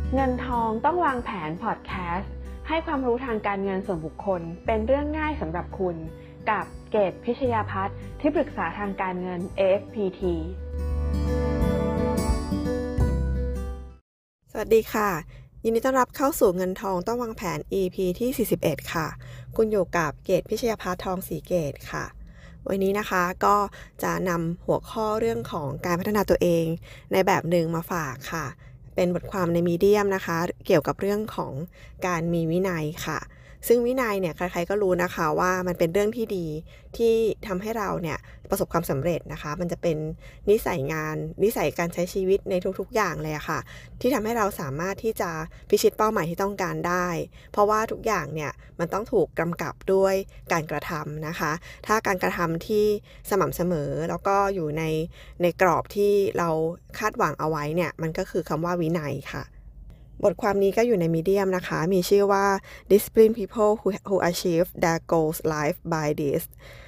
เงินทองต้องวางแผนพอดแคสต์ให้ความรู้ทางการเงินส่วนบุคคลเป็นเรื่องง่ายสำหรับคุณกับเกตพิชยาภัทรที่ปรึกษาทางการเงิน AFPT สวัสดีค่ะยินดีต้อนรับเข้าสู่เงินทองต้องวางแผน EP ที่41ค่ะคุณอยู่กับเกตพิชยาภัทรทองศรีเกตค่ะวันนี้นะคะก็จะนำหัวข้อเรื่องของการพัฒนาตัวเองในแบบหนึ่งมาฝากค่ะเป็นบทความในมีเดียมนะคะเกี่ยวกับเรื่องของการมีวินัยค่ะซึ่งวินัยเนี่ยใครๆก็รู้นะคะว่ามันเป็นเรื่องที่ดีที่ทำให้เราเนี่ยประสบความสำเร็จนะคะมันจะเป็นนิสัยงานนิสัยการใช้ชีวิตในทุกๆอย่างเลยค่ะที่ทำให้เราสามารถที่จะพิชิตเป้าหมายที่ต้องการได้เพราะว่าทุกอย่างเนี่ยมันต้องถูกกำกับด้วยการกระทำนะคะถ้าการกระทำที่สม่ำเสมอแล้วก็อยู่ในกรอบที่เราคาดหวังเอาไว้เนี่ยมันก็คือคำว่าวินัยค่ะบทความนี้ก็อยู่ในมีเดียมนะคะมีชื่อว่า Disciplined People who Achieve Their Goals Life by This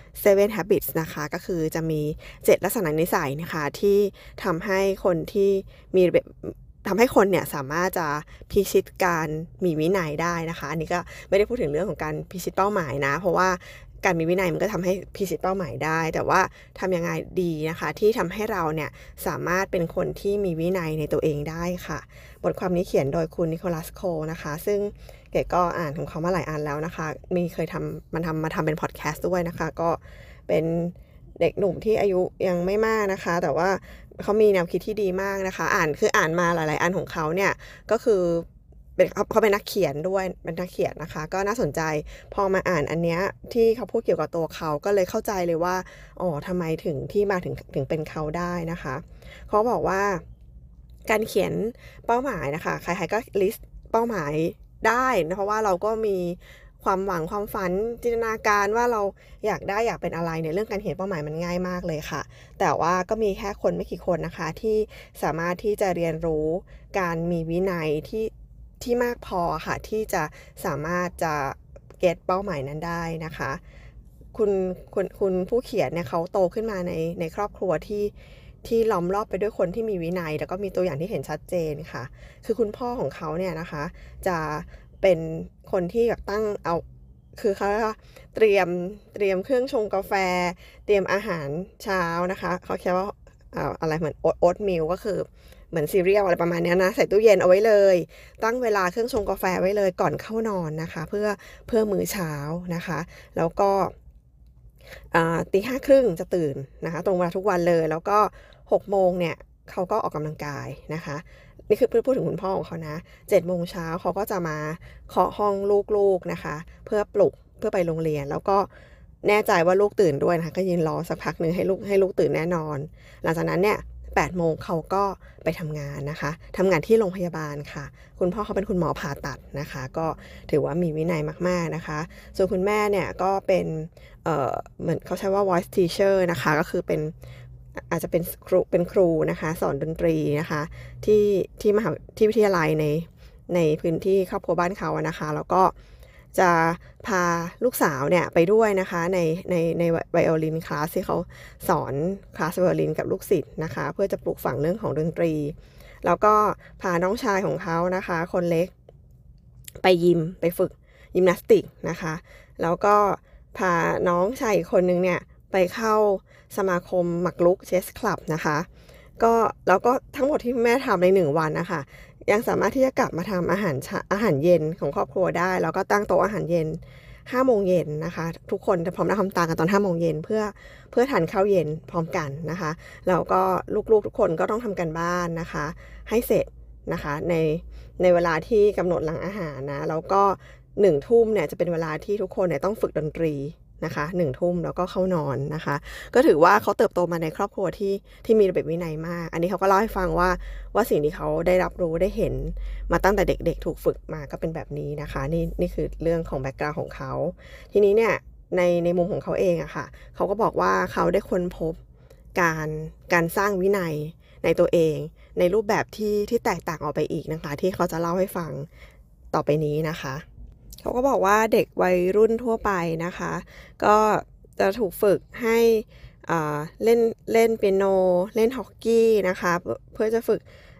7 Habits นะคะก็คือจะมี7ลักษณะนิสัยนะคะที่ทำให้คนที่มีทำให้คนเนี่ยสามารถจะพิชิตการมีวินัยได้นะคะอันนี้ก็ไม่ได้พูดถึงเรื่องของการพิชิตเป้าหมายนะเพราะว่าการมีวินัยมันก็ทำให้พิชิตเป้าหมายได้แต่ว่าทำยังไงดีนะคะที่ทำให้เราเนี่ยสามารถเป็นคนที่มีวินัยในตัวเองได้ค่ะบทความนี้เขียนโดยคุณนิโคลัสโคนะคะซึ่งเก๋ก็อ่านของเขามาหลายอันแล้วนะคะมีเคยทำมาทำเป็นพอดแคสต์ด้วยนะคะก็เป็นเด็กหนุ่มที่อายุยังไม่มากนะคะแต่ว่าเขามีแนวคิดที่ดีมากนะคะอ่านมาหลายๆอันของเขาเนี่ยก็คือเขาเป็นนักเขียนด้วยเป็นนักเขียนนะคะก็น่าสนใจพอมาอ่านอันเนี้ยที่เขาพูดเกี่ยวกับตัวเขาก็เลยเข้าใจเลยว่าทำไมถึงเป็นเขาได้นะคะเขาบอกว่าการเขียนเป้าหมายนะคะใครๆก็ลิสต์เป้าหมายได้นะเพราะว่าเราก็มีความหวังความฝันจินตนาการว่าเราอยากเป็นอะไรเนี่ยเรื่องการเขียนเป้าหมายมันง่ายมากเลยค่ะแต่ว่าก็มีแค่คนไม่กี่คนนะคะที่สามารถที่จะเรียนรู้การมีวินัยที่มากพอค่ะที่จะสามารถจะเก็ตเป้าหมายนั้นได้นะคะคุณผู้เขียนเนี่ยเขาโตขึ้นมาในครอบครัวที่ล้อมรอบไปด้วยคนที่มีวินัยแล้วก็มีตัวอย่างที่เห็นชัดเจนค่ะคือคุณพ่อของเขาเนี่ยนะคะจะเป็นคนที่แบบคือเขาเตรียมเครื่องชงกาแฟเตรียมอาหารเช้านะคะเขาเรียกว่าอะไรเหมือนโอ๊ตมิลก็คือเหมือนซีเรียลอะไรประมาณนี้นะใส่ตู้เย็นเอาไว้เลยตั้งเวลาเครื่องชงกาแฟไว้เลยก่อนเข้านอนนะคะเพื่อมื้อเช้านะคะแล้วก็5:30จะตื่นนะคะตรงเวลาทุกวันเลยแล้วก็6 โมงเนี่ยเขาก็ออกกำลังกายนะคะนี่คือพูดถึงคุณพ่อของเขานะ7 โมงเช้าเขาก็จะมาเคาะห้องลูกๆนะคะเพื่อปลุกเพื่อไปโรงเรียนแล้วก็แน่ใจว่าลูกตื่นด้วยนะคะก็ยืนรอสักพักนึงให้ลูกตื่นแน่นอนหลังจากนั้นเนี่ย8 โมงเขาก็ไปทำงานนะคะทำงานที่โรงพยาบาลค่ะคุณพ่อเขาเป็นคุณหมอผ่าตัดนะคะก็ถือว่ามีวินัยมากๆนะคะส่วนคุณแม่เนี่ยก็เป็นเหมือนเขาใช้ว่า voice teacher นะคะก็คืออาจจะเป็นครูนะคะสอนดนตรีนะคะที่วิทยาลัยในพื้นที่ครอบครัวบ้านเขานะคะแล้วก็จะพาลูกสาวเนี่ยไปด้วยนะคะในไวโอลินคลาสที่เขาสอนคลาสไวโอลินกับลูกศิษย์นะคะเพื่อจะปลูกฝังเรื่องของดนตรีแล้วก็พาน้องชายของเขานะคะคนเล็กไปฝึกยิมนาสติกนะคะแล้วก็พาน้องชายอีกคนนึงเนี่ยไปเข้าสมาคมหมากรุกเชสคลับนะคะแล้วก็ทั้งหมดที่แม่ทำใน1 วันนะคะยังสามารถที่จะกลับมาทำอาหารเย็นของครอบครัวได้แล้วก็ตั้งโต๊ะอาหารเย็น5 โมงเย็นนะคะทุกคนจะพร้อมหน้าพร้อมตากันตอน5 โมงเย็นเพื่อทานข้าวเย็นพร้อมกันนะคะแล้วก็ลูกๆทุกคนก็ต้องทำกันบ้านนะคะให้เสร็จนะคะในเวลาที่กำหนดหลังอาหารนะแล้วก็1 ทุ่มเนี่ยจะเป็นเวลาที่ทุกคนเนี่ยต้องฝึกดนตรีนะคะ1 ทุ่มแล้วก็เข้านอนนะคะก็ถือว่าเขาเติบโตมาในครอบครัวที่มีระเบียบวินัยมากอันนี้เขาก็เล่าให้ฟังว่าสิ่งที่เขาได้รับรู้ได้เห็นมาตั้งแต่เด็กๆถูกฝึกมาก็เป็นแบบนี้นะคะนี่คือเรื่องของแบ็คกราวด์ของเขาทีนี้เนี่ยในมุมของเขาเองอะค่ะเขาก็บอกว่าเขาได้ค้นพบการสร้างวินัยในตัวเองในรูปแบบที่แตกต่างออกไปอีกนะคะที่เขาจะเล่าให้ฟังต่อไปนี้นะคะเขาก็บอกว่าเด็กวัยรุ่นทั่วไปนะคะก็จะถูกฝึกให้เล่นเปียโนเล่นฮอกกี้นะคะเพื่อจะฝึก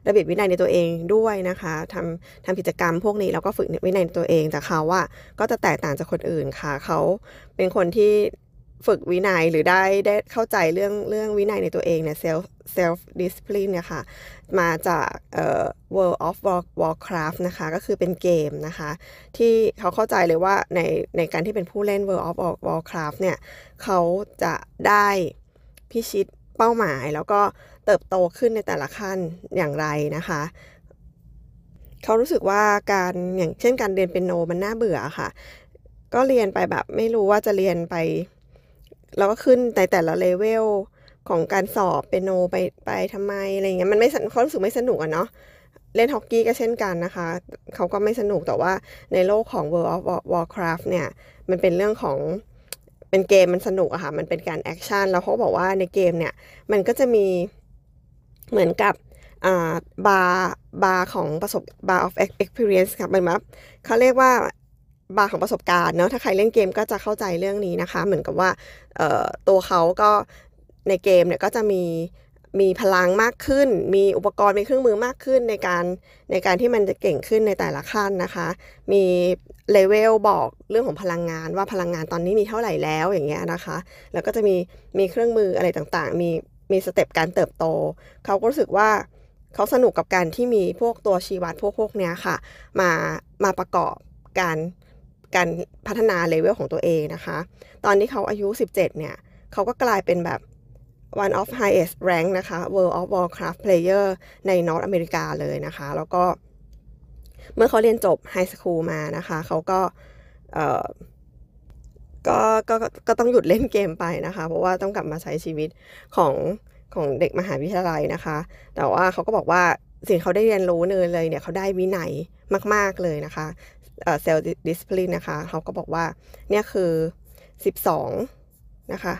ระเบียบวินัยในตัวเองด้วยนะคะทำกิจกรรมพวกนี้แล้วก็ฝึกวินัยในตัวเองแต่เขาก็จะแตกต่างจากคนอื่นค่ะเขาเป็นคนที่ฝึกวินัยหรือได้เข้าใจเรื่องวินัยในตัวเองเนี่ยself discipline เนี่ยค่ะมาจากWorld of Warcraft นะคะก็คือเป็นเกมนะคะที่เขาเข้าใจเลยว่าในการที่เป็นผู้เล่น World of Warcraft เนี่ยเขาจะได้พิชิตเป้าหมายแล้วก็เติบโตขึ้นในแต่ละขั้นอย่างไรนะคะเขารู้สึกว่าอย่างเช่นการเรียนเปียโนมันน่าเบื่อค่ะก็เรียนไปแบบไม่รู้ว่าจะเรียนไปแล้วก็ขึ้นในแต่ละเลเวลของการสอบเปียโนไปทำไมอะไรเงี้ยมันไม่เขารู้สึกไม่สนุกอะเนาะเล่นฮอกกี้ก็เช่นกันนะคะเขาก็ไม่สนุกแต่ว่าในโลกของ World of Warcraft เนี่ยมันเป็นเรื่องของเป็นเกมมันสนุกอะค่ะมันเป็นการแอคชั่นแล้วเขาบอกว่าในเกมเนี่ยมันก็จะมีเหมือนกับบาร์ของbar of experience ค่ะมันแบบเขาเรียกว่าบาร์ของประสบการณ์เนาะถ้าใครเล่นเกมก็จะเข้าใจเรื่องนี้นะคะเหมือนกับว่าตัวเขาก็ในเกมเนี่ยก็จะมีพลังมากขึ้นมีอุปกรณ์มีเครื่องมือมากขึ้นในการที่มันจะเก่งขึ้นในแต่ละขั้นนะคะมีเลเวลบอกเรื่องของพลังงานว่าพลังงานตอนนี้มีเท่าไหร่แล้วอย่างเงี้ยนะคะแล้วก็จะมีเครื่องมืออะไรต่างๆมีสเต็ปการเติบโตเขาก็รู้สึกว่าเขาสนุกกับการที่มีพวกตัวชี้วัดพวกเนี้ยค่ะมาประกอบการพัฒนาเลเวลของตัวเองนะคะตอนที่เขาอายุ17เนี่ยเขาก็กลายเป็นแบบ one of highest rank นะคะ World of Warcraft player ในนอร์ทอเมริกาเลยนะคะแล้วก็เมื่อเขาเรียนจบไฮสคูลมานะคะเขาก็ต้องหยุดเล่นเกมไปนะคะเพราะว่าต้องกลับมาใช้ชีวิตของเด็กมหาวิทยาลัยนะคะแต่ว่าเขาก็บอกว่าสิ่งเขาได้เรียนรู้เลยเนี่ยเขาได้วินัยมากๆเลยนะคะself discipline นะคะเขาก็บอกว่าเนี่ยคือ12นะคะ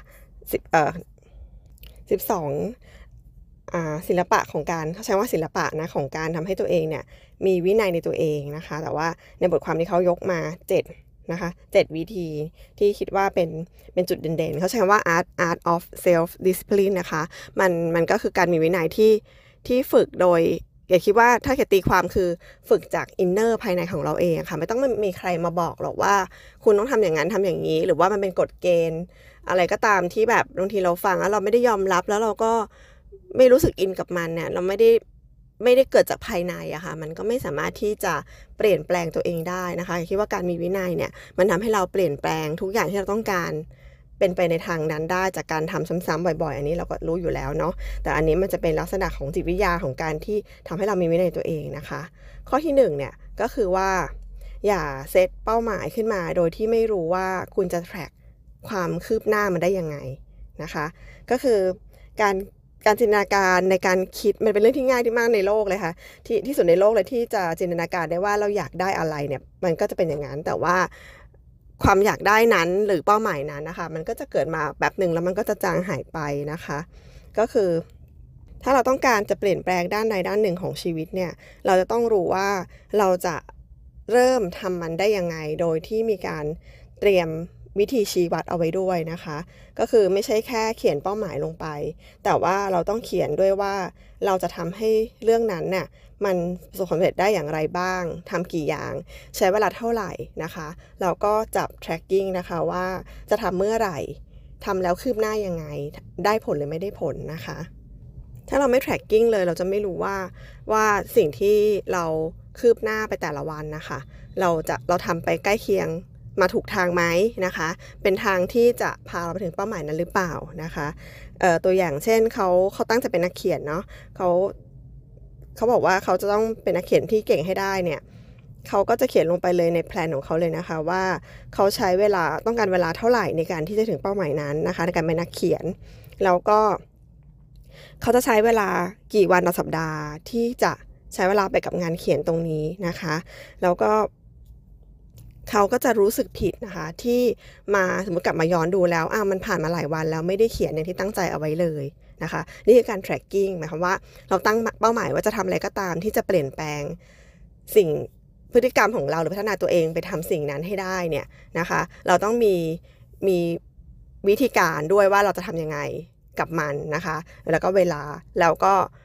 12ศิลปะของการเขาใช้ว่าศิลปะนะของการทำให้ตัวเองเนี่ยมีวินัยในตัวเองนะคะแต่ว่าในบทความที่เขายกมา7นะคะ7วิธีที่คิดว่าเป็นจุดเด่นๆเขาใช้คำว่า art of self discipline นะคะมันก็คือการมีวินัยที่ฝึกโดยอย่าคิดว่าถ้าตีความคือฝึกจากอินเนอร์ภายในของเราเองค่ะไม่ต้องมีใครมาบอกหรอกว่าคุณต้องทำอย่างนั้นทำอย่างนี้หรือว่ามันเป็นกฎเกณฑ์อะไรก็ตามที่แบบบางทีเราฟังแล้วเราไม่ได้ยอมรับแล้วเราก็ไม่รู้สึกอินกับมันเนี่ยเราไม่ได้เกิดจากภายในอะค่ะมันก็ไม่สามารถที่จะเปลี่ยนแปลงตัวเองได้นะคะคิดว่าการมีวินัยเนี่ยมันทำให้เราเปลี่ยนแปลงทุกอย่างที่เราต้องการเป็นไปในทางนั้นได้จากการทำซ้ำๆบ่อยๆอันนี้เราก็รู้อยู่แล้วเนาะแต่อันนี้มันจะเป็นลักษณะของจิตวิทยาของการที่ทำให้เรามีวินัยตัวเองนะคะข้อที่1เนี่ยก็คือว่าอย่าเซตเป้าหมายขึ้นมาโดยที่ไม่รู้ว่าคุณจะ track ความคืบหน้ามันได้ยังไงนะคะก็คือการจินตนาการในการคิดมันเป็นเรื่องที่ง่ายที่มากในโลกเลยค่ะที่สุดในโลกเลยที่จะจินตนาการได้ว่าเราอยากได้อะไรเนี่ยมันก็จะเป็นอย่างนั้นแต่ว่าความอยากได้นั้นหรือเป้าหมายนั้นนะคะมันก็จะเกิดมาแบบหนึ่งแล้วมันก็จะจางหายไปนะคะก็คือถ้าเราต้องการจะเปลี่ยนแปลงด้านใดด้านหนึ่งของชีวิตเนี่ยเราจะต้องรู้ว่าเราจะเริ่มทำมันได้ยังไงโดยที่มีการเตรียมวิธีชี้วัดเอาไว้ด้วยนะคะก็คือไม่ใช่แค่เขียนเป้าหมายลงไปแต่ว่าเราต้องเขียนด้วยว่าเราจะทำให้เรื่องนั้นเนี่ยมันประสบความสำเร็จได้อย่างไรบ้างทำกี่อย่างใช้เวลาเท่าไหร่นะคะเราก็จับ tracking นะคะว่าจะทำเมื่อไหร่ทำแล้วคืบหน้ายังไงได้ผลหรือไม่ได้ผลนะคะถ้าเราไม่ tracking เลยเราจะไม่รู้ว่าสิ่งที่เราคืบหน้าไปแต่ละวันนะคะเราทำไปใกล้เคียงมาถูกทางไหมนะคะเป็นทางที่จะพาเราไปถึงเป้าหมายนั้นหรือเปล่านะคะตัวอย่างเช่นเขาตั้งใจเป็นนักเขียนเนาะเขาบอกว่าเขาจะต้องเป็นนักเขียนที่เก่งให้ได้เนี่ยเขาก็จะเขียนลงไปเลยในแพลนของเขาเลยนะคะว่าเขาใช้เวลาต้องการเวลาเท่าไหร่ในการที่จะถึงเป้าหมายนั้นนะคะในการเป็นนักเขียนแล้วก็เขาจะใช้เวลากี่วันต่อสัปดาห์ที่จะใช้เวลาไปกับงานเขียนตรงนี้นะคะแล้วก็เขาก็จะรู้สึกผิดนะคะที่มาสมมติกลับมาย้อนดูแล้วมันผ่านมาหลายวันแล้วไม่ได้เขียนอย่างที่ตั้งใจเอาไว้เลยนะคะนี่คือการ tracking หมายความว่าเราตั้งเป้าหมายว่าจะทำอะไรก็ตามที่จะเปลี่ยนแปลงสิ่งพฤติกรรมของเราหรือพัฒนาตัวเองไปทำสิ่งนั้นให้ได้เนี่ยนะคะเราต้องมีวิธีการด้วยว่าเราจะทำยังไงกับมันนะคะแล้วก็เวลาแล้วก็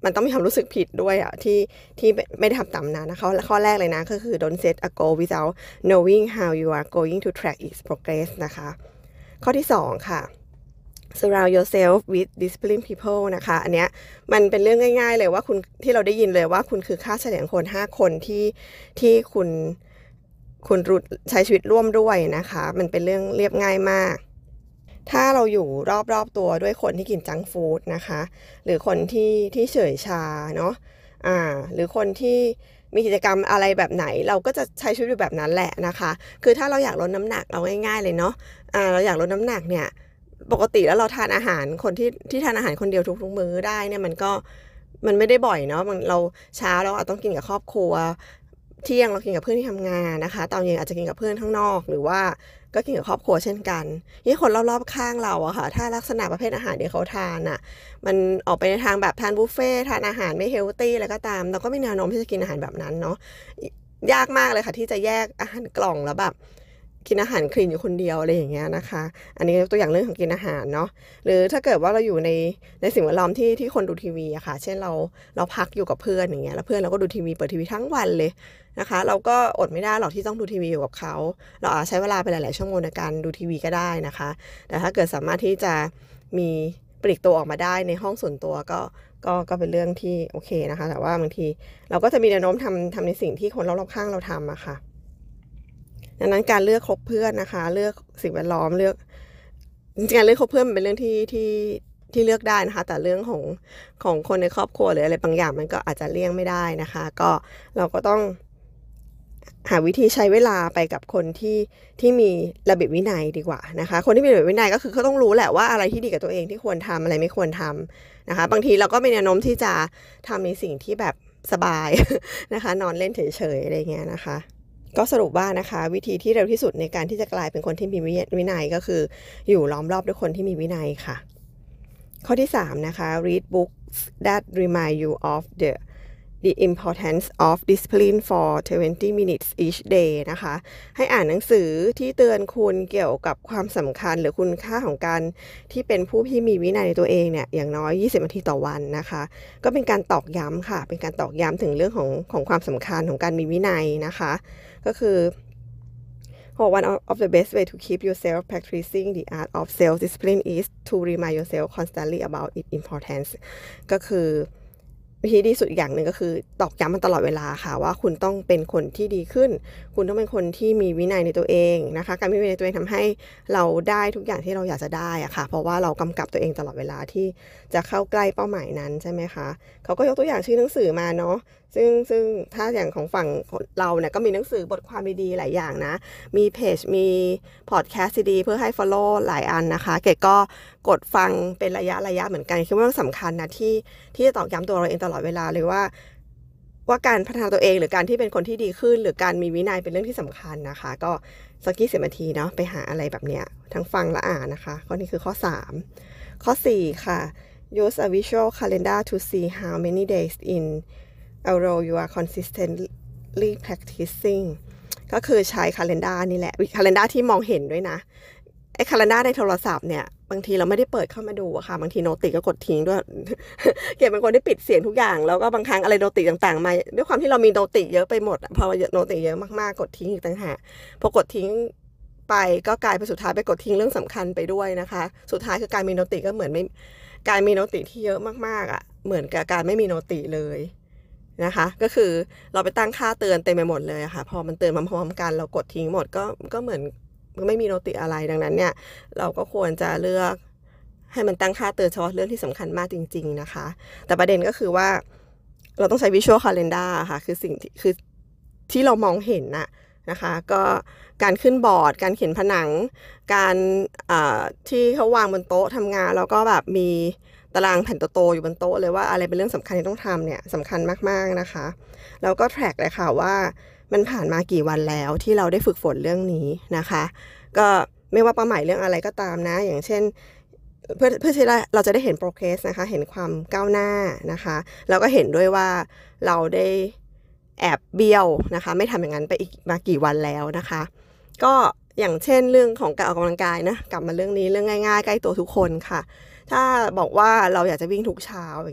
มันต้องมีความรู้สึกผิดด้วยอ่ะที่ไม่ได้ทำตามนั้นนะข้อแรกเลยนะก็คือ don't set a goal without knowing how you are going to track its progress นะคะข้อที่2ค่ะ surround yourself with disciplined people นะคะอันเนี้ยมันเป็นเรื่องง่ายๆเลยว่าคุณที่เราได้ยินเลยว่าคุณคือค่าเฉลี่ยคน5คนที่คุณใช้ชีวิตร่วมด้วยนะคะมันเป็นเรื่องเรียบง่ายมากถ้าเราอยู่รอบๆตัวด้วยคนที่กินจังก์ฟู้ดนะคะหรือคนที่เฉยชาเนาะหรือคนที่มีกิจกรรมอะไรแบบไหนเราก็จะใช้ชีวิตอยู่แบบนั้นแหละนะคะคือถ้าเราอยากลดน้ำหนักเอาง่ายๆเลยเนาะเราอยากลดน้ำหนักเนี่ยปกติแล้วเราทานอาหารคนที่ทานอาหารคนเดียวทุกมื้อได้เนี่ยมันไม่ได้บ่อยเนาะเราเช้าเราอาจต้องกินกับครอบครัวเที่ยงเรากินกับเพื่อนที่ทำงานนะคะตอนเย็นอาจจะกินกับเพื่อนข้างนอกหรือว่าก็กินกับครอบครัวเช่นกันนี่คนรอบๆข้างเราอะค่ะถ้าลักษณะประเภทอาหารที่เขาทานอะมันออกไปในทางแบบทานบุฟเฟ่ทานอาหารไม่เฮลตี้อะไรก็ตามเราก็ไม่แนวโน้มที่จะกินอาหารแบบนั้นเนาะยากมากเลยค่ะที่จะแยกอาหารกล่องแล้วแบบกินอาหารคลีนอยู่คนเดียวอะไรอย่างเงี้ยนะคะอันนี้ตัวอย่างเรื่องของกินอาหารเนาะหรือถ้าเกิดว่าเราอยู่ในสิ่งแวดล้อมที่คนดูทีวีอะค่ะเช่นเราพักอยู่กับเพื่อนอย่างเงี้ยแล้วเพื่อนเราก็ดูทีวีเปิดทีวีทั้งวันเลยนะคะเราก็อดไม่ได้หรอกที่ต้องดูทีวีอยู่กับเขาเราอาจใช้เวลาไปหลายๆชั่วโมงในการดูทีวีก็ได้นะคะแต่ถ้าเกิดสามารถที่จะมีปลีกตัวออกมาได้ในห้องส่วนตัวก็เป็นเรื่องที่โอเคนะคะแต่ว่าบางทีเราก็จะมีแนวโน้มทำในสิ่งที่คนรอบๆข้างเราทำอะค่ะดังนั้นการเลือกคบเพื่อนนะคะเลือกสิ่งแวดล้อมเลือกจริงๆการเลือกคบเพื่อนมันเป็นเรื่องที่เลือกได้นะคะแต่เรื่องของคนในครอบครัวหรืออะไรบางอย่างมันก็อาจจะเลี่ยงไม่ได้นะคะก็เราก็ต้องหาวิธีใช้เวลาไปกับคนที่มีระเบียบวินัยดีกว่านะคะคนที่มีระเบียบวินัยก็คือเขาต้องรู้แหละว่าอะไรที่ดีกับตัวเองที่ควรทำอะไรไม่ควรทำนะคะบางทีเราก็มีแนวโน้มที่จะทำในสิ่งที่แบบสบาย นะคะนอนเล่นเฉยๆอะไรเงี้ยนะคะก็สรุปว่านะคะวิธีที่เร็วที่สุดในการที่จะกลายเป็นคนที่มีวินัยก็คืออยู่ล้อมรอบด้วยคนที่มีวินัยค่ะข้อที่3นะคะ read books that remind you of the importance of discipline for 20 minutes each day นะคะให้อ่านหนังสือที่เตือนคุณเกี่ยวกับความสำคัญหรือคุณค่าของการที่เป็นผู้ที่มีวินัยในตัวเองเนี่ยอย่างน้อย20นาทีต่อวันนะคะก็เป็นการตอกย้ำค่ะเป็นการตอกย้ำถึงเรื่องของความสำคัญของการมีวินัยนะคะก็คือone of the best way to keep yourself practicing the art of self-discipline is to remind yourself constantly about its importance ก็คือวิธีดีสุดอย่างหนึ่งก็คือตอกย้ำมันตลอดเวลาค่ะว่าคุณต้องเป็นคนที่ดีขึ้นคุณต้องเป็นคนที่มีวินัยในตัวเองนะคะการมีวินัยในตัวเองทำให้เราได้ทุกอย่างที่เราอยากจะได้อะค่ะเพราะว่าเรากำกับตัวเองตลอดเวลาที่จะเข้าใกล้เป้าหมายนั้นใช่ไหมคะเขาก็ยกตัวอย่างชื่อหนังสือมาเนาะซึ่งถ้าอย่างของฝั่งเราเนี่ยก็มีหนังสือบทความดีๆหลายอย่างนะมีเพจมีพอดแคสต์ดีๆเพื่อให้ follow หลายอันนะคะเกดก็กดฟังเป็นระยะเหมือนกันคิดว่ามันสำคัญนะที่จะตอกย้ำตัวเราเองตลอดเวลาเลยว่าการพัฒนาตัวเองหรือการที่เป็นคนที่ดีขึ้นหรือการมีวินัยเป็นเรื่องที่สำคัญนะคะก็สัก20 นาทีเนาะไปหาอะไรแบบเนี้ยทั้งฟังและอ่านนะคะข้อนี้คือข้อ3ข้อ4ค่ะ use a visual calendar to see how many days in a row you are consistently practicing ก็คือใช้ calendar นี่แหละ calendar ที่มองเห็นด้วยนะไอ้ calendar ในโทรศัพท์เนี่ยบางทีเราไม่ได้เปิดเข้ามาดูอะค่ะบางทีโนติก็กดทิ้งด้วย เก็บเป็นคนที่ปิดเสียงทุกอย่างแล้วก็บางครั้งอะไรโนติต่างๆมาด้วยความที่เรามีโนติเยอะไปหมดพอโนติเยอะมากๆกดทิ้งอีกต่างหากพอกดทิ้งไปก็กลายไปสุดท้ายไปกดทิ้งเรื่องสำคัญไปด้วยนะคะสุดท้ายคือการมีโนติก็เหมือนไม่การมีโนติที่เยอะมากๆอะเหมือนกับการไม่มีโนติเลยนะคะก็คือเราไปตั้งค่าเตือนเต็มไปหมดเลยค่ะพอมันเตือนพร้อมๆกันเรากดทิ้งหมดก็เหมือนไม่มีโนติอะไรดังนั้นเนี่ยเราก็ควรจะเลือกให้มันตั้งค่าเตือนเฉพาะเรื่องที่สำคัญมากจริงๆนะคะแต่ประเด็นก็คือว่าเราต้องใช้ visual calendar ค่ะคือสิ่งที่เรามองเห็นน่ะนะคะก็การขึ้นบอร์ดการเขียนผนังการที่เขาวางบนโต๊ะทำงานแล้วก็แบบมีตารางแผ่นโตๆอยู่บนโต๊ะเลยว่าอะไรเป็นเรื่องสำคัญที่ต้องทำเนี่ยสำคัญมากๆนะคะแล้วก็แทร็กเลยค่ะว่ามันผ่านมากี่วันแล้วที่เราได้ฝึกฝนเรื่องนี้นะคะก็ไม่ว่าเป้าหมายเรื่องอะไรก็ตามนะอย่างเช่นเพื่อที่เราจะได้เห็น progress นะคะเห็นความก้าวหน้านะคะแล้วก็เห็นด้วยว่าเราได้แอบเบี้ยวนะคะไม่ทำอย่างนั้นไปอีกมากี่วันแล้วนะคะก็อย่างเช่นเรื่องของการออกกำลังกายนะกลับมาเรื่องนี้เรื่องง่ายๆใกล้ตัวทุกคนค่ะถ้าบอกว่าเราอยากจะวิ่งทุกเช้าอย่างเงี้ย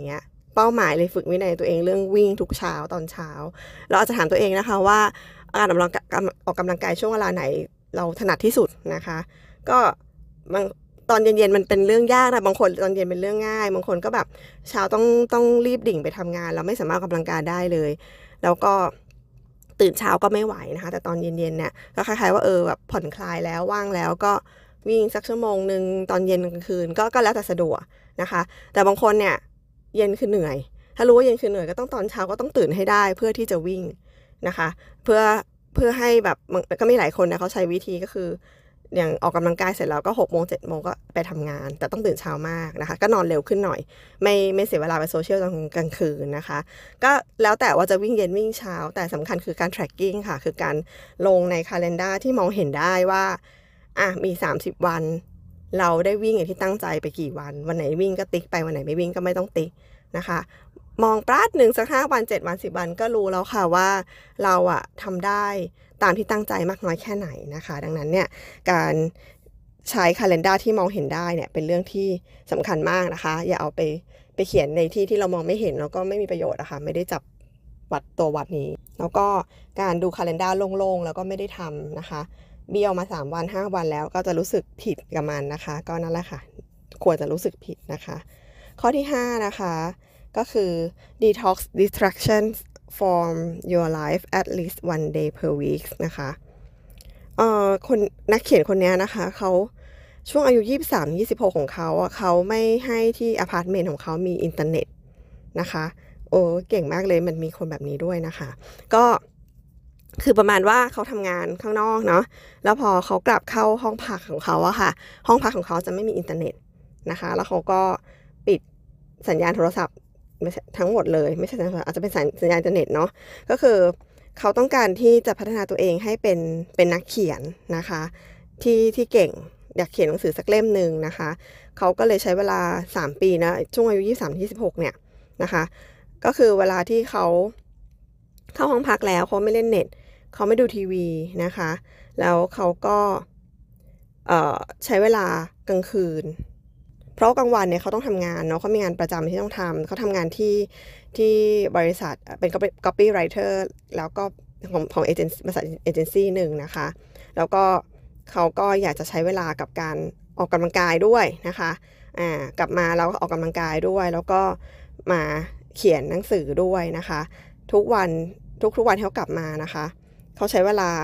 เป้าหมายเลยฝึกวินัยตัวเองเรื่องวิ่งทุกเช้าตอนเช้าเราอาจจะถามตัวเองนะคะว่าการออกกำลังกายช่วงเวลาไหนเราถนัดที่สุดนะคะก็บางตอนเย็นๆมันเป็นเรื่องยากนะบางคนตอนเย็นเป็นเรื่องง่ายบางคนก็แบบเช้าต้องรีบดิ่งไปทำงานเราไม่สามารถออกกำลังกายได้เลยแล้วก็ตื่นเช้าก็ไม่ไหวนะคะแต่ตอนเย็นๆเนี่ยก็คล้ายๆว่าแบบผ่อนคลายแล้วว่างแล้วก็วิ่งสักชั่วโมงนึงตอนเย็นกลางคืนก็แล้วแต่สะดวกนะคะแต่บางคนเนี่ยเย็นคือเหนื่อยถ้ารู้ว่าเย็นคือเหนื่อยก็ต้องตอนเช้าก็ต้องตื่นให้ได้เพื่อที่จะวิ่งนะคะเพื่อให้แบบก็มีหลายคนนะเขาใช้วิธีก็คืออย่างออกกำลังกายเสร็จแล้วก็6 โมง 7 โมงก็ไปทำงานแต่ต้องตื่นเช้ามากนะคะก็นอนเร็วขึ้นหน่อยไม่เสียเวลาไปโซเชียลตอนกลางคืนนะคะก็แล้วแต่ว่าจะวิ่งเย็นวิ่งเช้าแต่สำคัญคือการ tracking ค่ะคือการลงใน calendar ที่มองเห็นได้ว่ามี30 วันเราได้วิ่งอย่างที่ตั้งใจไปกี่วันไหนวิ่งก็ติ๊กไปวันไหนไม่วิ่งก็ไม่ต้องติ๊กนะคะมองปราดหนึ่งสัก5 วัน 7 วัน 10 วันก็รู้แล้วค่ะว่าเราทำได้ตามที่ตั้งใจมากน้อยแค่ไหนนะคะดังนั้นเนี่ยการใช้ calendar ที่มองเห็นได้เนี่ยเป็นเรื่องที่สำคัญมากนะคะอย่าเอาไปเขียนในที่เรามองไม่เห็นแล้วก็ไม่มีประโยชน์นะคะไม่ได้จับวัดนี้แล้วก็การดู calendar โล่งๆแล้วก็ไม่ได้ทำนะคะเบี้ยวมา3 วัน 5 วันแล้วก็จะรู้สึกผิดกับมันนะคะก็นั่นแหละค่ะควรจะรู้สึกผิดนะคะข้อที่5นะคะก็คือ detox distractions from your life at least one day per week นะคะคนนักเขียนคนนี้นะคะเขาช่วงอายุ23-26ของเขาเขาไม่ให้ที่อพาร์ตเมนต์ของเขามีอินเทอร์เน็ตนะคะเก่งมากเลยมันมีคนแบบนี้ด้วยนะคะก็คือประมาณว่าเขาทำงานข้างนอกเนาะแล้วพอเขากลับเข้าห้องพักของเขาค่ะห้องพักของเขาจะไม่มีอินเทอร์เน็ตนะคะแล้วเขาก็ปิดสัญญาณโทรศัพท์ทั้งหมดเลยไม่ใช่อาจจะเป็นสัญญาณอินเทอร์เน็ตเนาะก็คือเขาต้องการที่จะพัฒนาตัวเองให้เป็นนักเขียนนะคะที่เก่งอยากเขียนหนังสือสักเล่มหนึ่งนะคะเขาก็เลยใช้เวลา3 ปีนะช่วงอายุ23-26เนี่ยนะคะก็คือเวลาที่เขาเข้าห้องพักแล้วเขาไม่เล่นเน็ตเขาไม่ดูทีวีนะคะแล้วเขาก็ใช้เวลากลางคืนเพราะกลางวันเนี่ยเขาต้องทำงานเนาะเขามีงานประจำที่ต้องทำเขาทำงานที่บริษัทเป็น copywriter แล้วก็ของบริษัทเอเจนซี่หนึ่งนะคะแล้วก็เขาก็อยากจะใช้เวลากับการออกกำลังกายด้วยนะคะกลับมาแล้วออกกำลังกายด้วยแล้วก็มาเขียนหนังสือด้วยนะคะทุกวันที่เขากลับมานะคะเขาใช้เวลา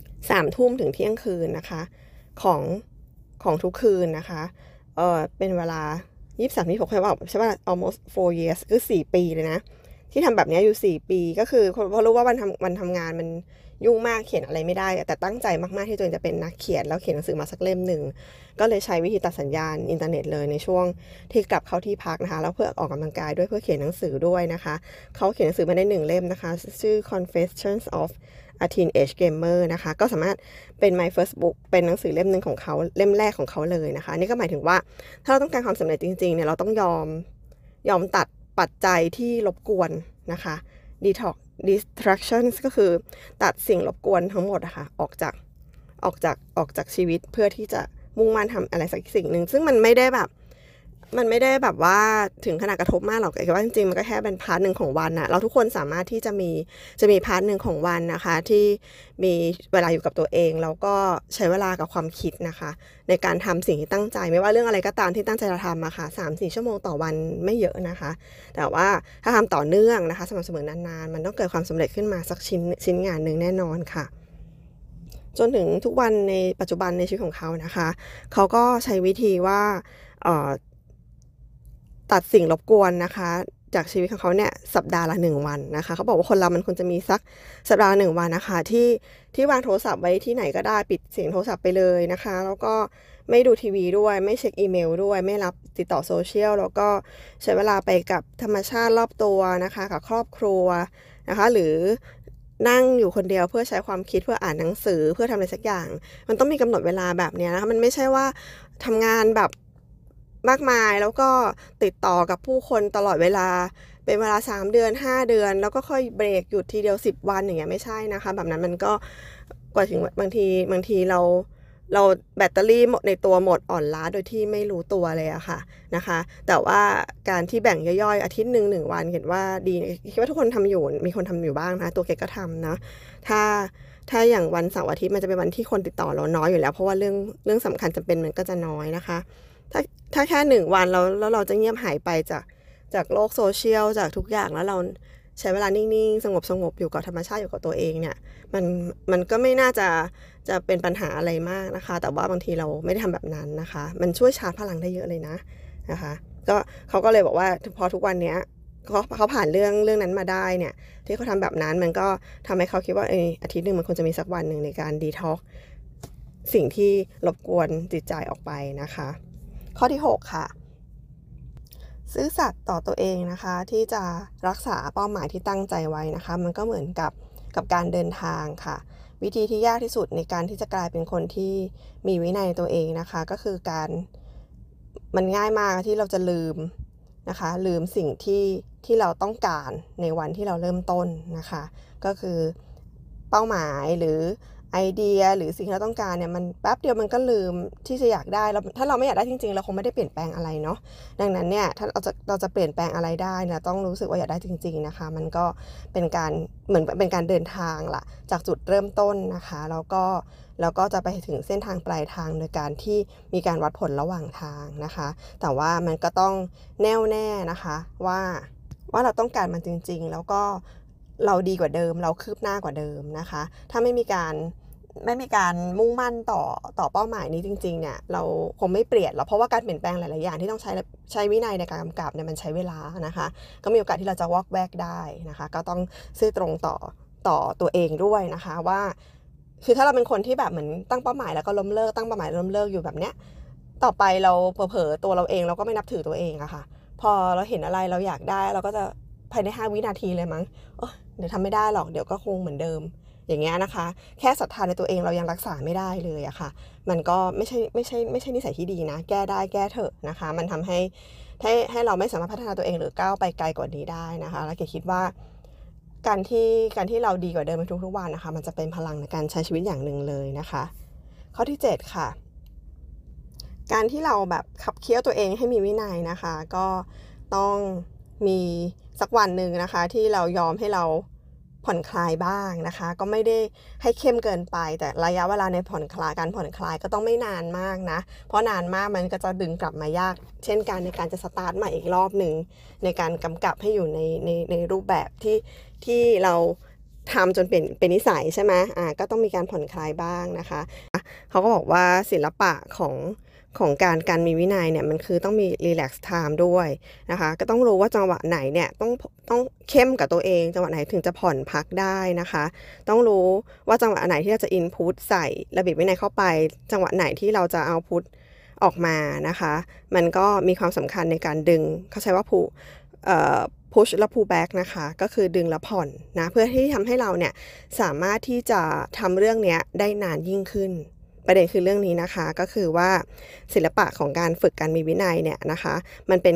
3 ทุ่มถึงเที่ยงคืนนะคะของทุกคืนนะคะเป็นเวลา23-26ใช่ป่ะ almost 4 years คือ4 ปีเลยนะที่ทำแบบนี้อยู่4 ปีก็คือเพราะรู้ว่าวันทำงานมันยุ่งมากเขียนอะไรไม่ได้แต่ตั้งใจมากๆที่ตัวเองจะเป็นนักเขียนแล้วเขียนหนังสือมาสักเล่มหนึ่งก็เลยใช้วิธีตัดสัญญาณอินเทอร์เน็ตเลยในช่วงที่กลับเข้าที่พักนะคะแล้วเพื่อออกกำลังกายด้วยเพื่อเขียนหนังสือด้วยนะคะเขาเขียนหนังสือมาได้1 เล่มนะคะชื่อ Confessions of a Teenage Gamer นะคะก็สามารถเป็น My First Book เป็นหนังสือเล่มหนึ่งของเขาเล่มแรกของเขาเลยนะคะนี่ก็หมายถึงว่าถ้าเราต้องการความสำเร็จจริงๆเนี่ยเราต้องยอมตัดปัจจัยที่รบกวนนะคะ detox distractions ก็คือตัดสิ่งรบกวนทั้งหมดนะคะออกจากชีวิตเพื่อที่จะมุ่งมั่นทำอะไรสักสิ่งหนึ่งซึ่งมันไม่ได้แบบว่าถึงขนาดกระทบมากหรอกแต่ว่าจริงๆมันก็แค่เป็นพาร์ทหนึ่งของวันนะเราทุกคนสามารถที่จะมีพาร์ทหนึ่งของวันนะคะที่มีเวลาอยู่กับตัวเองแล้วก็ใช้เวลากับความคิดนะคะในการทำสิ่งที่ตั้งใจไม่ว่าเรื่องอะไรก็ตามที่ตั้งใจจะทำค่ะ3-4 ชั่วโมงต่อวันไม่เยอะนะคะแต่ว่าถ้าทำต่อเนื่องนะคะสม่ำเสมอนานๆมันต้องเกิดความสำเร็จขึ้นมาสักชิ้นงานหนึ่งแน่นอนค่ะจนถึงทุกวันในปัจจุบันในชีวิตของเขานะคะเขาก็ใช้วิธีว่าตัดสิ่งรบกวนนะคะจากชีวิตของเขาเนี่ยสัปดาห์ละ1 วันนะคะเขาบอกว่าคนเรามันควรจะมีสักสัปดาห์ละ1 วันนะคะที่วางโทรศัพท์ไว้ที่ไหนก็ได้ปิดเสียงโทรศัพท์ไปเลยนะคะแล้วก็ไม่ดูทีวีด้วยไม่เช็คอีเมลด้วยไม่รับติดต่อโซเชียลแล้วก็ใช้เวลาไปกับธรรมชาติรอบตัวนะคะกับครอบครัวนะคะหรือนั่งอยู่คนเดียวเพื่อใช้ความคิดเพื่ออ่านหนังสือเพื่อทำอะไรสักอย่างมันต้องมีกำหนดเวลาแบบนี้นะคะมันไม่ใช่ว่าทำงานแบบมากมายแล้วก็ติดต่อกับผู้คนตลอดเวลาเป็นเวลา3 เดือน5 เดือนแล้วก็ค่อยเบรกหยุดทีเดียว10 วันอย่างเงี้ยไม่ใช่นะคะแบบนั้นมันก็กว่าถึงบางทีเราแบตเตอรี่หมดในตัวหมดอ่อนล้าโดยที่ไม่รู้ตัวเลยอะค่ะนะคะแต่ว่าการที่แบ่งย่อยๆอาทิตย์หนึ่ง1 วันเห็นว่าดีคิดว่าทุกคนทำอยู่มีคนทำอยู่บ้างนะตัวเกดก็ทำนะถ้าอย่างวันเสาร์อาทิตย์มันจะเป็นวันที่คนติดต่อเราน้อยอยู่แล้วเพราะว่าเรื่องสำคัญจำเป็นมันก็จะน้อยนะคะถ้าแค่1 วันแล้วเราจะเงียบหายไปจากโลกโซเชียลจากทุกอย่างแล้วเราใช้เวลานิ่งๆสงบอยู่กับธรรมชาติอยู่กับตัวเองเนี่ยมันก็ไม่น่าจะเป็นปัญหาอะไรมากนะคะแต่ว่าบางทีเราไม่ได้ทำแบบนั้นนะคะมันช่วยชาร์จพลังได้เยอะเลยนะคะก็เขาก็เลยบอกว่าพอทุกวันเนี้ยเขาผ่านเรื่องนั้นมาได้เนี่ยที่เขาทำแบบนั้นมันก็ทำให้เขาคิดว่าอาทิตย์หนึ่งมันควรจะมีสักวันหนึ่งในการดีท็อกสิ่งที่รบกวนจิตใจออกไปนะคะข้อที่6ค่ะซื่อสัตย์ต่อตัวเองนะคะที่จะรักษาเป้าหมายที่ตั้งใจไว้นะคะมันก็เหมือนกับการเดินทางค่ะวิธีที่ยากที่สุดในการที่จะกลายเป็นคนที่มีวินัยตัวเองนะคะก็คือมันง่ายมากที่เราจะลืมนะคะลืมสิ่งที่เราต้องการในวันที่เราเริ่มต้นนะคะก็คือเป้าหมายหรือไอเดียหรือสิ่งที่เราต้องการเนี่ยมันแป๊บเดียวมันก็ลืมที่จะอยากได้แล้วถ้าเราไม่อยากได้จริงๆเราคงไม่ได้เปลี่ยนแปลงอะไรเนาะดังนั้นเนี่ยถ้าเราจะเปลี่ยนแปลงอะไรได้เนี่ยต้องรู้สึกว่าอยากได้จริงๆนะคะมันก็เป็นการเหมือนเป็นการเดินทางล่ะจากจุดเริ่มต้นนะคะแล้วก็จะไปถึงเส้นทางปลายทางโดยการที่มีการวัดผลระหว่างทางนะคะแต่ว่ามันก็ต้องแน่วแน่นะคะว่าเราต้องการมันจริงๆแล้วก็เราดีกว่าเดิมเราคืบหน้ากว่าเดิมนะคะถ้าไม่มีการมุ่งมั่นต่อเป้าหมายนี้จริงๆเนี่ยเราคงไม่เปลี่ยนหรอกเพราะว่าการเปลี่ยนแปลงหลายๆอย่างที่ต้องใช้วินัยในการกำกับเนี่ยมันใช้เวลานะคะก็มีโอกาสที่เราจะวอกแวกได้นะคะก็ต้องซื่อตรงต่อตัวเองด้วยนะคะว่าคือถ้าเราเป็นคนที่แบบเหมือนตั้งเป้าหมายแล้วก็ล้มเลิกตั้งเป้าหมายล้มเลิกอยู่แบบเนี้ยต่อไปเราเผลอๆตัวเราเองเราก็ไม่นับถือตัวเองอะค่ะพอเราเห็นอะไรเราอยากได้เราก็จะภายใน5 วินาทีเลยมั้งเดี๋ยวทำไม่ได้หรอกเดี๋ยวก็คงเหมือนเดิมอย่างเงี้ยนะคะแค่ศรัทธาในตัวเองเรายังรักษาไม่ได้เลยอะค่ะมันก็ไม่ใช่นิสัยที่ดีนะแก้ได้แก้เถอะนะคะมันทำให้เราไม่สามารถพัฒนาตัวเองหรือก้าวไปไกลกว่านี้ได้นะคะแล้วเก๋คิดว่าการที่เราดีกว่าเดิมในทุกๆวันนะคะมันจะเป็นพลังในการใช้ชีวิตอย่างหนึ่งเลยนะคะข้อที่7ค่ะการที่เราแบบขับเคี่ยวตัวเองให้มีวินัยนะคะก็ต้องมีสักวันหนึ่งนะคะที่เรายอมให้เราผ่อนคลายบ้างนะคะก็ไม่ได้ให้เข้มเกินไปแต่ระยะเวลาในการผ่อนคลายก็ต้องไม่นานมากนะเพราะนานมากมันก็จะดึงกลับมายากเช่นกันในการจะสตาร์ทใหม่อีกรอบหนึ่งในการกำกับให้อยู่ในรูปแบบที่เราทำจนเป็นนิสัยใช่ไหมก็ต้องมีการผ่อนคลายบ้างนะคะเขาก็บอกว่าศิลปะของการมีวินัยเนี่ยมันคือต้องมี relax time ด้วยนะคะก็ต้องรู้ว่าจังหวะไหนเนี่ยต้องเข้มกับตัวเองจังหวะไหนถึงจะผ่อนพักได้นะคะต้องรู้ว่าจังหวะไหนที่เราจะ input ใส่ระเบียบวินัยเข้าไปจังหวะไหนที่เราจะ output ออกมานะคะมันก็มีความสำคัญในการดึงเขาใช้ว่าpush และ pull back นะคะก็คือดึงและผ่อนนะเพื่อที่ทำให้เราเนี่ยสามารถที่จะทำเรื่องนี้ได้นานยิ่งขึ้นประเด็นคือเรื่องนี้นะคะก็คือว่าศิลปะของการฝึกการมีวินัยเนี่ยนะคะมันเป็น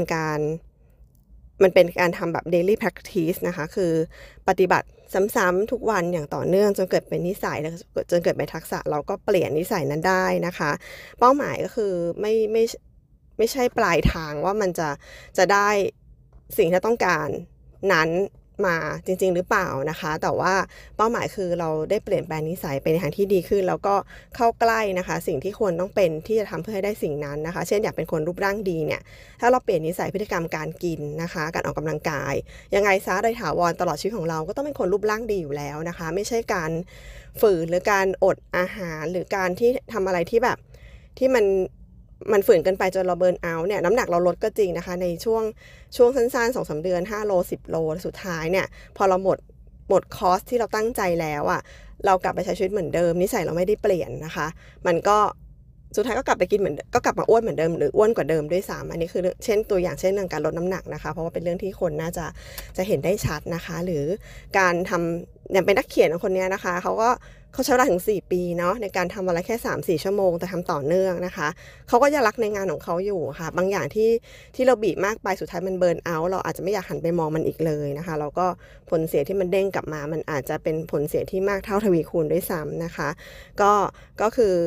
การทำแบบ daily practice นะคะคือปฏิบัติซ้ำๆทุกวันอย่างต่อเนื่องจนเกิดเป็นนิสัยจนเกิดเป็นทักษะเราก็เปลี่ยนนิสัยนั้นได้นะคะเป้าหมายก็คือไม่ใช่ปลายทางว่ามันจะได้สิ่งที่ต้องการนั้นมาจริงๆหรือเปล่านะคะแต่ว่าเป้าหมายคือเราได้เปลี่ยนแปลงนิสัยไปในทางที่ดีขึ้นแล้วก็เข้าใกล้นะคะสิ่งที่ควรต้องเป็นที่จะทำเพื่อให้ได้สิ่งนั้นนะคะเช่นอยากเป็นคนรูปร่างดีเนี่ยถ้าเราเปลี่ยนนิสัยพฤติกรรมการกินนะคะการออกกำลังกายยังไงซะโดยถาวรตลอดชีวิตของเราก็ต้องเป็นคนรูปร่างดีอยู่แล้วนะคะไม่ใช่การฝืนหรือการอดอาหารหรือการที่ทำอะไรที่แบบที่มันฝืนเกินไปจนเราเบิร์นเอาท์เนี่ยน้ำหนักเราลดก็จริงนะคะในช่วงสั้นๆ 2-3 เดือน5 โล 10 โลสุดท้ายเนี่ยพอเราหมดคอสที่เราตั้งใจแล้วเรากลับไปใช้ชีวิตเหมือนเดิมนิสัยเราไม่ได้เปลี่ยนนะคะมันก็สุดท้ายก็กลับไปกินก็กลับมาอ้วนเหมือนเดิมหรืออ้วนกว่าเดิมด้วยซ้ำอันนี้คือเช่นตัวอย่างเช่นเรื่องการลดน้ำหนักนะคะเพราะว่าเป็นเรื่องที่คนน่าจะเห็นได้ชัดนะคะหรือการทำอย่างเป็นนักเขียนคนนี้นะคะเขาใช้เวลาถึง4 ปีเนาะในการทำอะไรแค่ 3-4 ชั่วโมงแต่ทำต่อเนื่องนะคะเขาก็ยังรักในงานของเขาอยู่ค่ะบางอย่างที่เราบีบมากไปสุดท้ายมันเบิร์นเอาท์เราอาจจะไม่อยากหันไปมองมันอีกเลยนะคะแล้วก็ผลเสียที่มันเด้งกลับมามันอาจจะเป็นผลเสียที่มากเท่าทวีคูณด้วยซ้ำนะคะก็คือ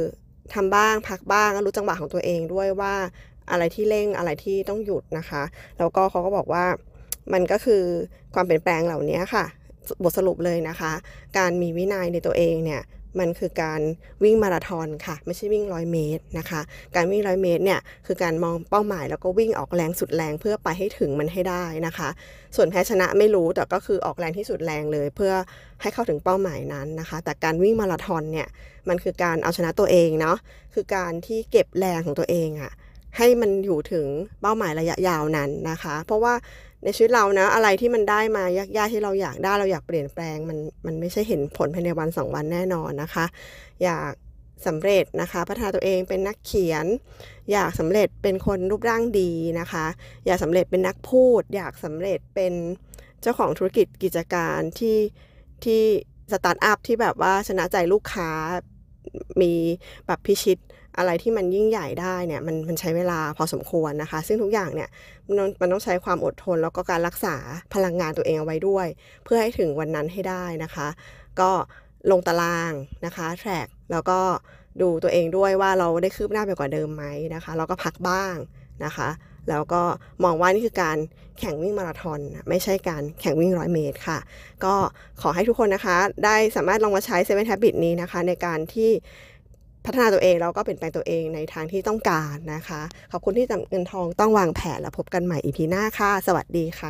ทำบ้างพักบ้างรู้จังหวะของตัวเองด้วยว่าอะไรที่เร่งอะไรที่ต้องหยุดนะคะแล้วก็เขาก็บอกว่ามันก็คือความเปลี่ยนแปลงเหล่านี้ค่ะบทสรุปเลยนะคะการมีวินัยในตัวเองเนี่ยมันคือการวิ่งมาราธอนค่ะไม่ใช่วิ่ง100 เมตรนะคะการวิ่ง100 เมตรเนี่ยคือการมองเป้าหมายแล้วก็วิ่งออกแรงสุดแรงเพื่อไปให้ถึงมันให้ได้นะคะส่วนแพ้ชนะไม่รู้แต่ก็คือออกแรงที่สุดแรงเลยเพื่อให้เข้าถึงเป้าหมายนั้นนะคะแต่การวิ่งมาราธอนเนี่ยมันคือการเอาชนะตัวเองเนาะคือการที่เก็บแรงของตัวเองอะให้มันอยู่ถึงเป้าหมายระยะยาวนั้นนะคะเพราะว่าในชีวิตเรานะอะไรที่มันได้มายากๆที่เราอยากได้เราอยากเปลี่ยนแปลงมันไม่ใช่เห็นผลภายในวัน2 วันแน่นอนนะคะอยากสำเร็จนะคะพัฒนาตัวเองเป็นนักเขียนอยากสำเร็จเป็นคนรูปร่างดีนะคะอยากสำเร็จเป็นนักพูดอยากสำเร็จเป็นเจ้าของธุรกิจกิจการที่สตาร์ทอัพที่แบบว่าชนะใจลูกค้ามีแบบพิชิตอะไรที่มันยิ่งใหญ่ได้เนี่ยมันใช้เวลาพอสมควรนะคะซึ่งทุกอย่างเนี่ยมันต้องใช้ความอดทนแล้วก็การรักษาพลังงานตัวเองเอาไว้ด้วยเพื่อให้ถึงวันนั้นให้ได้นะคะก็ลงตารางนะคะแทร็กแล้วก็ดูตัวเองด้วยว่าเราได้คืบหน้าไปกว่าเดิมไหมนะคะแล้วก็พักบ้างนะคะแล้วก็มองว่านี่คือการแข่งวิ่งมาราธอนไม่ใช่การแข่งวิ่ง100 เมตรค่ะก็ขอให้ทุกคนนะคะได้สามารถลองมาใช้ 7 Habits นี้นะคะในการที่พัฒนาตัวเองแล้วก็เปลี่ยนแปลงตัวเองในทางที่ต้องการนะคะขอบคุณที่เงินทองต้องวางแผนแล้วพบกันใหม่ EP หน้าค่ะสวัสดีค่ะ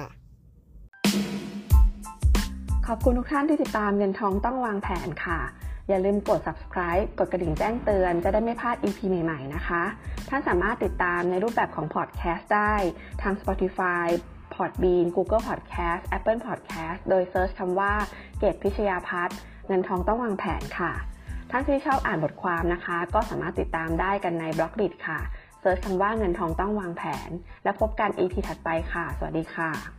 ขอบคุณทุกท่านที่ติดตามเงินทองต้องวางแผนค่ะอย่าลืมกด subscribe กดกระดิ่งแจ้งเตือนจะได้ไม่พลาด EP ใหม่ๆนะคะท่านสามารถติดตามในรูปแบบของ podcast ได้ทาง Spotify Podbean Google Podcast Apple Podcast โดยเซิร์ชคำว่าเกตพิชยาภัทรเงินทองต้องวางแผนค่ะท่านที่ชอบอ่านบทความนะคะก็สามารถติดตามได้กันใน Blogdit ค่ะเซิร์ชคำว่าเงินทองต้องวางแผนแล้วพบกัน EP ถัดไปค่ะสวัสดีค่ะ